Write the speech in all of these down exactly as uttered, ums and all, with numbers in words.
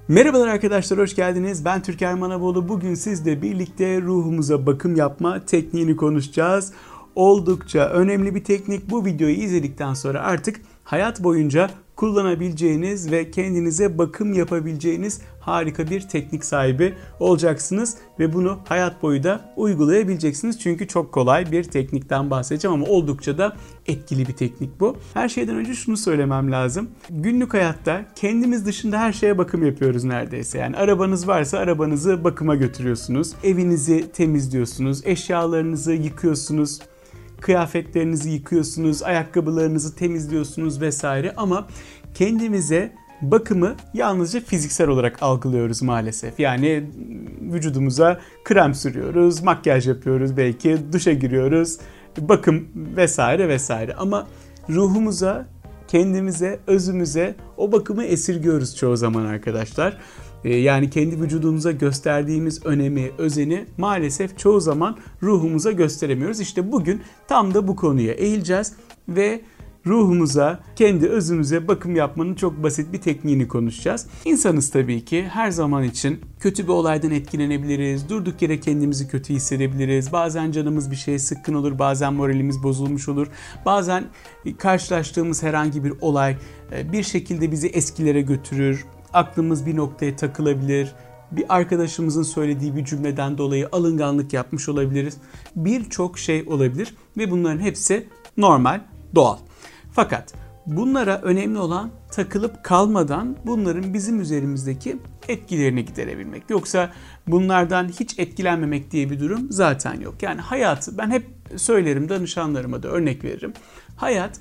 Merhabalar arkadaşlar, hoş geldiniz. Ben Türker Manaboğlu. Bugün sizle birlikte ruhumuza bakım yapma tekniğini konuşacağız. Oldukça önemli bir teknik. Bu videoyu izledikten sonra artık hayat boyunca kullanabileceğiniz ve kendinize bakım yapabileceğiniz harika bir teknik sahibi olacaksınız. Ve bunu hayat boyu da uygulayabileceksiniz. Çünkü çok kolay bir teknikten bahsedeceğim ama oldukça da etkili bir teknik bu. Her şeyden önce şunu söylemem lazım. Günlük hayatta kendimiz dışında her şeye bakım yapıyoruz neredeyse. Yani arabanız varsa arabanızı bakıma götürüyorsunuz. Evinizi temizliyorsunuz. Eşyalarınızı yıkıyorsunuz. Kıyafetlerinizi yıkıyorsunuz, ayakkabılarınızı temizliyorsunuz vesaire ama kendimize bakımı yalnızca fiziksel olarak algılıyoruz maalesef. Yani vücudumuza krem sürüyoruz, makyaj yapıyoruz, belki duşa giriyoruz, bakım vesaire vesaire ama ruhumuza, kendimize, özümüze o bakımı esirgiyoruz çoğu zaman arkadaşlar. Yani kendi vücudumuza gösterdiğimiz önemi, özeni maalesef çoğu zaman ruhumuza gösteremiyoruz. İşte bugün tam da bu konuya eğileceğiz ve ruhumuza, kendi özümüze bakım yapmanın çok basit bir tekniğini konuşacağız. İnsanız tabii ki, her zaman için kötü bir olaydan etkilenebiliriz, durduk yere kendimizi kötü hissedebiliriz. Bazen canımız bir şeye sıkkın olur, bazen moralimiz bozulmuş olur. Bazen karşılaştığımız herhangi bir olay bir şekilde bizi eskilere götürür. Aklımız bir noktaya takılabilir, bir arkadaşımızın söylediği bir cümleden dolayı alınganlık yapmış olabiliriz. Birçok şey olabilir ve bunların hepsi normal, doğal. Fakat bunlara önemli olan takılıp kalmadan bunların bizim üzerimizdeki etkilerini giderebilmek. Yoksa bunlardan hiç etkilenmemek diye bir durum zaten yok. Yani hayatı, ben hep söylerim, danışanlarıma da örnek veririm. Hayat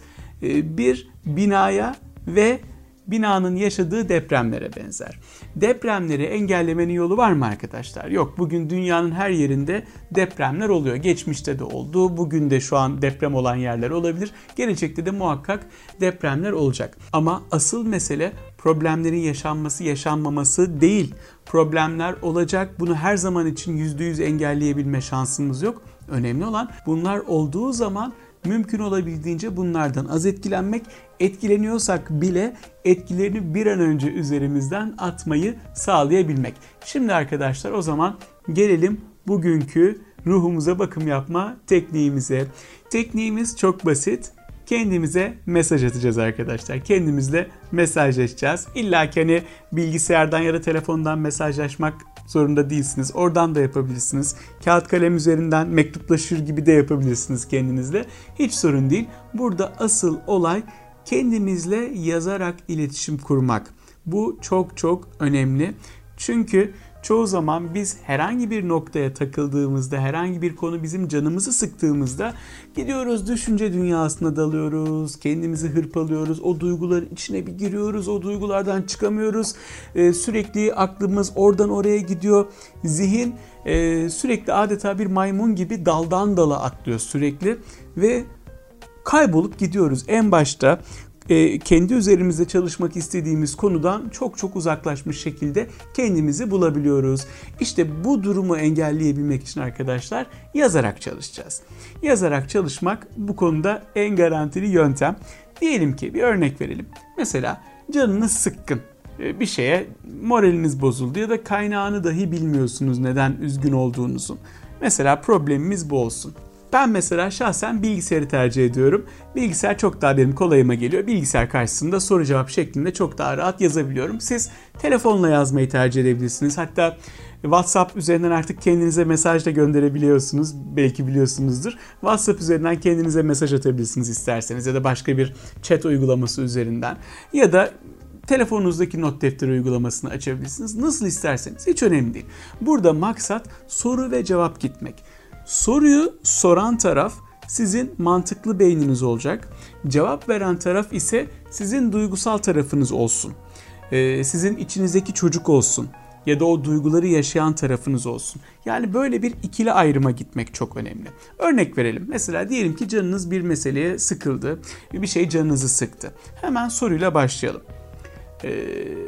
bir binaya ve binanın yaşadığı depremlere benzer. Depremleri engellemenin yolu var mı arkadaşlar? Yok. Bugün dünyanın her yerinde depremler oluyor. Geçmişte de oldu. Bugün de şu an deprem olan yerler olabilir. Gelecekte de muhakkak depremler olacak. Ama asıl mesele problemlerin yaşanması, yaşanmaması değil. Problemler olacak. Bunu her zaman için yüzde yüz engelleyebilme şansımız yok. Önemli olan bunlar olduğu zaman mümkün olabildiğince bunlardan az etkilenmek, etkileniyorsak bile etkilerini bir an önce üzerimizden atmayı sağlayabilmek. Şimdi arkadaşlar o zaman gelelim bugünkü ruhumuza bakım yapma tekniğimize. Tekniğimiz çok basit. Kendimize mesaj atacağız arkadaşlar. Kendimizle mesajlaşacağız. İlla ki hani bilgisayardan ya da telefondan mesajlaşmak zorunda değilsiniz. Oradan da yapabilirsiniz. Kağıt kalem üzerinden mektuplaşır gibi de yapabilirsiniz kendinizle. Hiç sorun değil. Burada asıl olay kendimizle yazarak iletişim kurmak. Bu çok çok önemli. Çünkü çoğu zaman biz herhangi bir noktaya takıldığımızda, herhangi bir konu bizim canımızı sıktığımızda gidiyoruz düşünce dünyasına dalıyoruz, kendimizi hırpalıyoruz, o duyguların içine bir giriyoruz, o duygulardan çıkamıyoruz. Ee, sürekli aklımız oradan oraya gidiyor. Zihin e, sürekli adeta bir maymun gibi daldan dala atlıyor sürekli ve kaybolup gidiyoruz. En başta e, kendi üzerimizde çalışmak istediğimiz konudan çok çok uzaklaşmış şekilde kendimizi bulabiliyoruz. İşte bu durumu engelleyebilmek için arkadaşlar yazarak çalışacağız. Yazarak çalışmak bu konuda en garantili yöntem. Diyelim ki bir örnek verelim. Mesela canınız sıkkın. Bir şeye moraliniz bozuldu ya da kaynağını dahi bilmiyorsunuz neden üzgün olduğunuzu. Mesela problemimiz bu olsun. Ben mesela şahsen bilgisayarı tercih ediyorum. Bilgisayar çok daha benim kolayıma geliyor. Bilgisayar karşısında soru cevap şeklinde çok daha rahat yazabiliyorum. Siz telefonla yazmayı tercih edebilirsiniz. Hatta WhatsApp üzerinden artık kendinize mesaj da gönderebiliyorsunuz. Belki biliyorsunuzdur. WhatsApp üzerinden kendinize mesaj atabilirsiniz isterseniz ya da başka bir chat uygulaması üzerinden. Ya da telefonunuzdaki not defteri uygulamasını açabilirsiniz. Nasıl isterseniz, hiç önemli değil. Burada maksat soru ve cevap gitmek. Soruyu soran taraf sizin mantıklı beyniniz olacak. Cevap veren taraf ise sizin duygusal tarafınız olsun. Ee, sizin içinizdeki çocuk olsun. Ya da o duyguları yaşayan tarafınız olsun. Yani böyle bir ikili ayrıma gitmek çok önemli. Örnek verelim. Mesela diyelim ki canınız bir meseleye sıkıldı. Bir şey canınızı sıktı. Hemen soruyla başlayalım. Ee,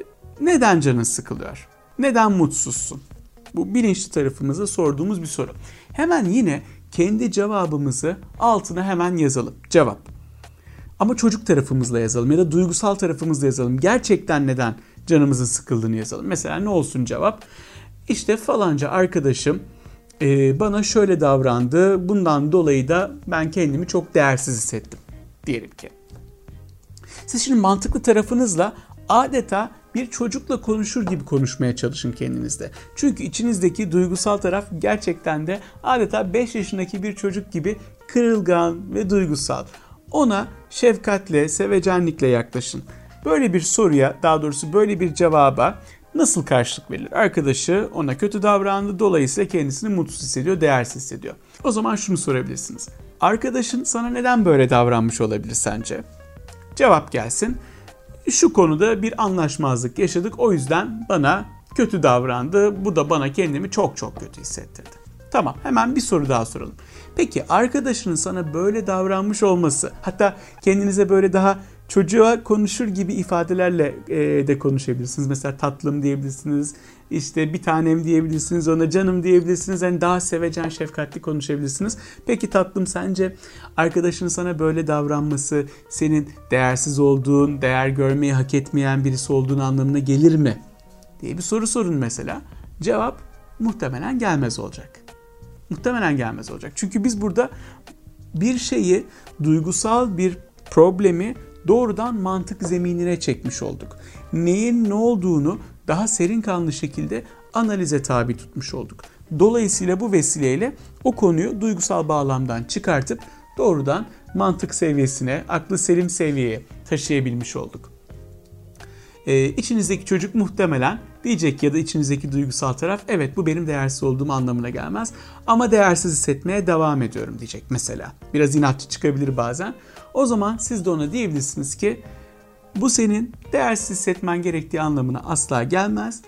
neden canın sıkılıyor? Neden mutsuzsun? Bu bilinçli tarafımıza sorduğumuz bir soru. Hemen yine kendi cevabımızı altına hemen yazalım. Cevap. Ama çocuk tarafımızla yazalım ya da duygusal tarafımızla yazalım. Gerçekten neden canımızın sıkıldığını yazalım. Mesela ne olsun cevap? İşte falanca arkadaşım e, bana şöyle davrandı. Bundan dolayı da ben kendimi çok değersiz hissettim diyelim ki. Siz şimdi mantıklı tarafınızla adeta bir çocukla konuşur gibi konuşmaya çalışın kendinizde. Çünkü içinizdeki duygusal taraf gerçekten de adeta beş yaşındaki bir çocuk gibi kırılgan ve duygusal. Ona şefkatle, sevecenlikle yaklaşın. Böyle bir soruya, daha doğrusu böyle bir cevaba nasıl karşılık verilir? Arkadaşı ona kötü davrandı, dolayısıyla kendisini mutsuz hissediyor, değersiz hissediyor. O zaman şunu sorabilirsiniz. Arkadaşın sana neden böyle davranmış olabilir sence? Cevap gelsin. Şu konuda bir anlaşmazlık yaşadık, o yüzden bana kötü davrandı. Bu da bana kendimi çok çok kötü hissettirdi. Tamam, hemen bir soru daha soralım. Peki arkadaşının sana böyle davranmış olması, hatta kendinize böyle daha çocuğa konuşur gibi ifadelerle e, de konuşabilirsiniz. Mesela tatlım diyebilirsiniz, işte bir tanem diyebilirsiniz, ona canım diyebilirsiniz. Yani daha sevecen, şefkatli konuşabilirsiniz. Peki tatlım, sence arkadaşının sana böyle davranması senin değersiz olduğun, değer görmeyi hak etmeyen birisi olduğun anlamına gelir mi diye bir soru sorun mesela. Cevap muhtemelen gelmez olacak. Muhtemelen gelmez olacak. Çünkü biz burada bir şeyi, duygusal bir problemi doğrudan mantık zeminine çekmiş olduk. Neyin ne olduğunu daha serin kanlı şekilde analize tabi tutmuş olduk. Dolayısıyla bu vesileyle o konuyu duygusal bağlamdan çıkartıp doğrudan mantık seviyesine, aklı selim seviyeye taşıyabilmiş olduk. Ee, içinizdeki çocuk muhtemelen diyecek ya da içinizdeki duygusal taraf, evet bu benim değersiz olduğum anlamına gelmez ama değersiz hissetmeye devam ediyorum diyecek mesela. Biraz inatçı çıkabilir bazen. O zaman siz de ona diyebilirsiniz ki bu senin değersiz hissetmen gerektiği anlamına asla gelmez.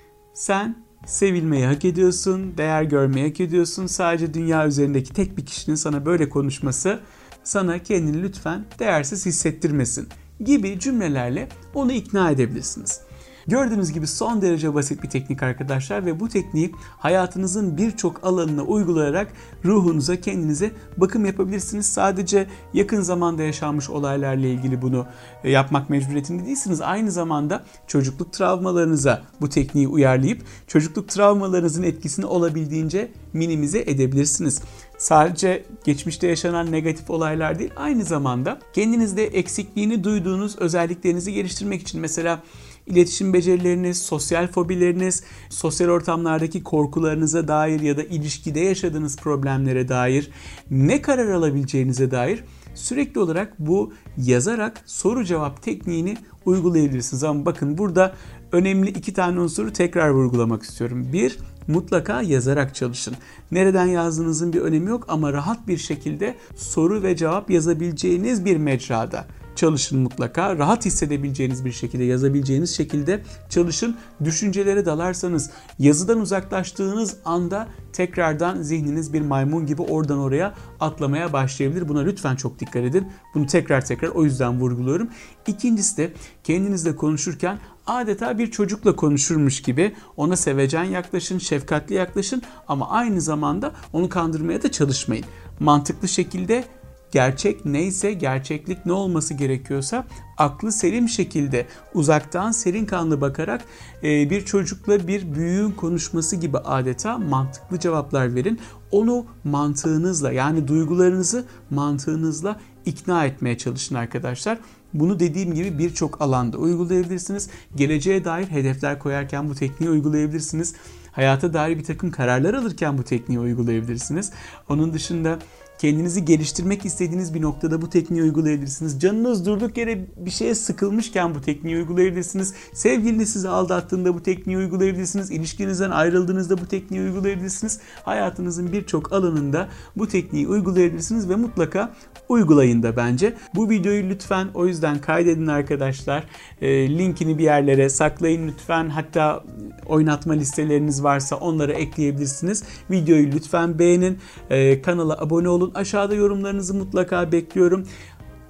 Sen sevilmeyi hak ediyorsun, değer görmeyi hak ediyorsun. Sadece dünya üzerindeki tek bir kişinin sana böyle konuşması sana kendini lütfen değersiz hissettirmesin gibi cümlelerle onu ikna edebilirsiniz. Gördüğünüz gibi son derece basit bir teknik arkadaşlar ve bu tekniği hayatınızın birçok alanına uygulayarak ruhunuza, kendinize bakım yapabilirsiniz. Sadece yakın zamanda yaşanmış olaylarla ilgili bunu yapmak mecburiyetinde değilsiniz. Aynı zamanda çocukluk travmalarınıza bu tekniği uyarlayıp çocukluk travmalarınızın etkisini olabildiğince minimize edebilirsiniz. Sadece geçmişte yaşanan negatif olaylar değil, aynı zamanda kendinizde eksikliğini duyduğunuz özelliklerinizi geliştirmek için, mesela İletişim becerileriniz, sosyal fobileriniz, sosyal ortamlardaki korkularınıza dair ya da ilişkide yaşadığınız problemlere dair, ne karar alabileceğinize dair sürekli olarak bu yazarak soru cevap tekniğini uygulayabilirsiniz. Ama bakın burada önemli iki tane unsuru tekrar vurgulamak istiyorum. Bir, mutlaka yazarak çalışın. Nereden yazdığınızın bir önemi yok ama rahat bir şekilde soru ve cevap yazabileceğiniz bir mecrada çalışın mutlaka. Rahat hissedebileceğiniz bir şekilde, yazabileceğiniz şekilde çalışın. Düşüncelere dalarsanız, yazıdan uzaklaştığınız anda tekrardan zihniniz bir maymun gibi oradan oraya atlamaya başlayabilir. Buna lütfen çok dikkat edin. Bunu tekrar tekrar o yüzden vurguluyorum. İkincisi de kendinizle konuşurken adeta bir çocukla konuşurmuş gibi ona sevecen yaklaşın, şefkatli yaklaşın ama aynı zamanda onu kandırmaya da çalışmayın. Mantıklı şekilde gerçek neyse, gerçeklik ne olması gerekiyorsa aklı selim şekilde uzaktan serin kanlı bakarak bir çocukla bir büyüğün konuşması gibi adeta mantıklı cevaplar verin. Onu mantığınızla, yani duygularınızı mantığınızla ikna etmeye çalışın arkadaşlar. Bunu dediğim gibi birçok alanda uygulayabilirsiniz. Geleceğe dair hedefler koyarken bu tekniği uygulayabilirsiniz. Hayata dair bir takım kararlar alırken bu tekniği uygulayabilirsiniz. Onun dışında kendinizi geliştirmek istediğiniz bir noktada bu tekniği uygulayabilirsiniz. Canınız durduk yere bir şeye sıkılmışken bu tekniği uygulayabilirsiniz. Sevgiliniz sizi aldattığında bu tekniği uygulayabilirsiniz. İlişkinizden ayrıldığınızda bu tekniği uygulayabilirsiniz. Hayatınızın birçok alanında bu tekniği uygulayabilirsiniz ve mutlaka uygulayın da bence. Bu videoyu lütfen o yüzden kaydedin arkadaşlar. E, linkini bir yerlere saklayın lütfen. Hatta oynatma listeleriniz varsa onları ekleyebilirsiniz. Videoyu lütfen beğenin. E, kanala abone olun. Aşağıda yorumlarınızı mutlaka bekliyorum.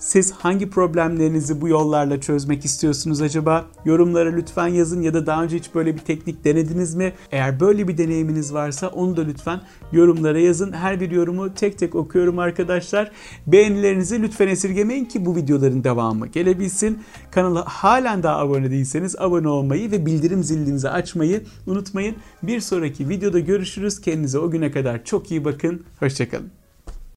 Siz hangi problemlerinizi bu yollarla çözmek istiyorsunuz acaba? Yorumlara lütfen yazın ya da daha önce hiç böyle bir teknik denediniz mi? Eğer böyle bir deneyiminiz varsa onu da lütfen yorumlara yazın. Her bir yorumu tek tek okuyorum arkadaşlar. Beğenilerinizi lütfen esirgemeyin ki bu videoların devamı gelebilsin. Kanala halen daha abone değilseniz abone olmayı ve bildirim zilinizi açmayı unutmayın. Bir sonraki videoda görüşürüz. Kendinize o güne kadar çok iyi bakın. Hoşça kalın.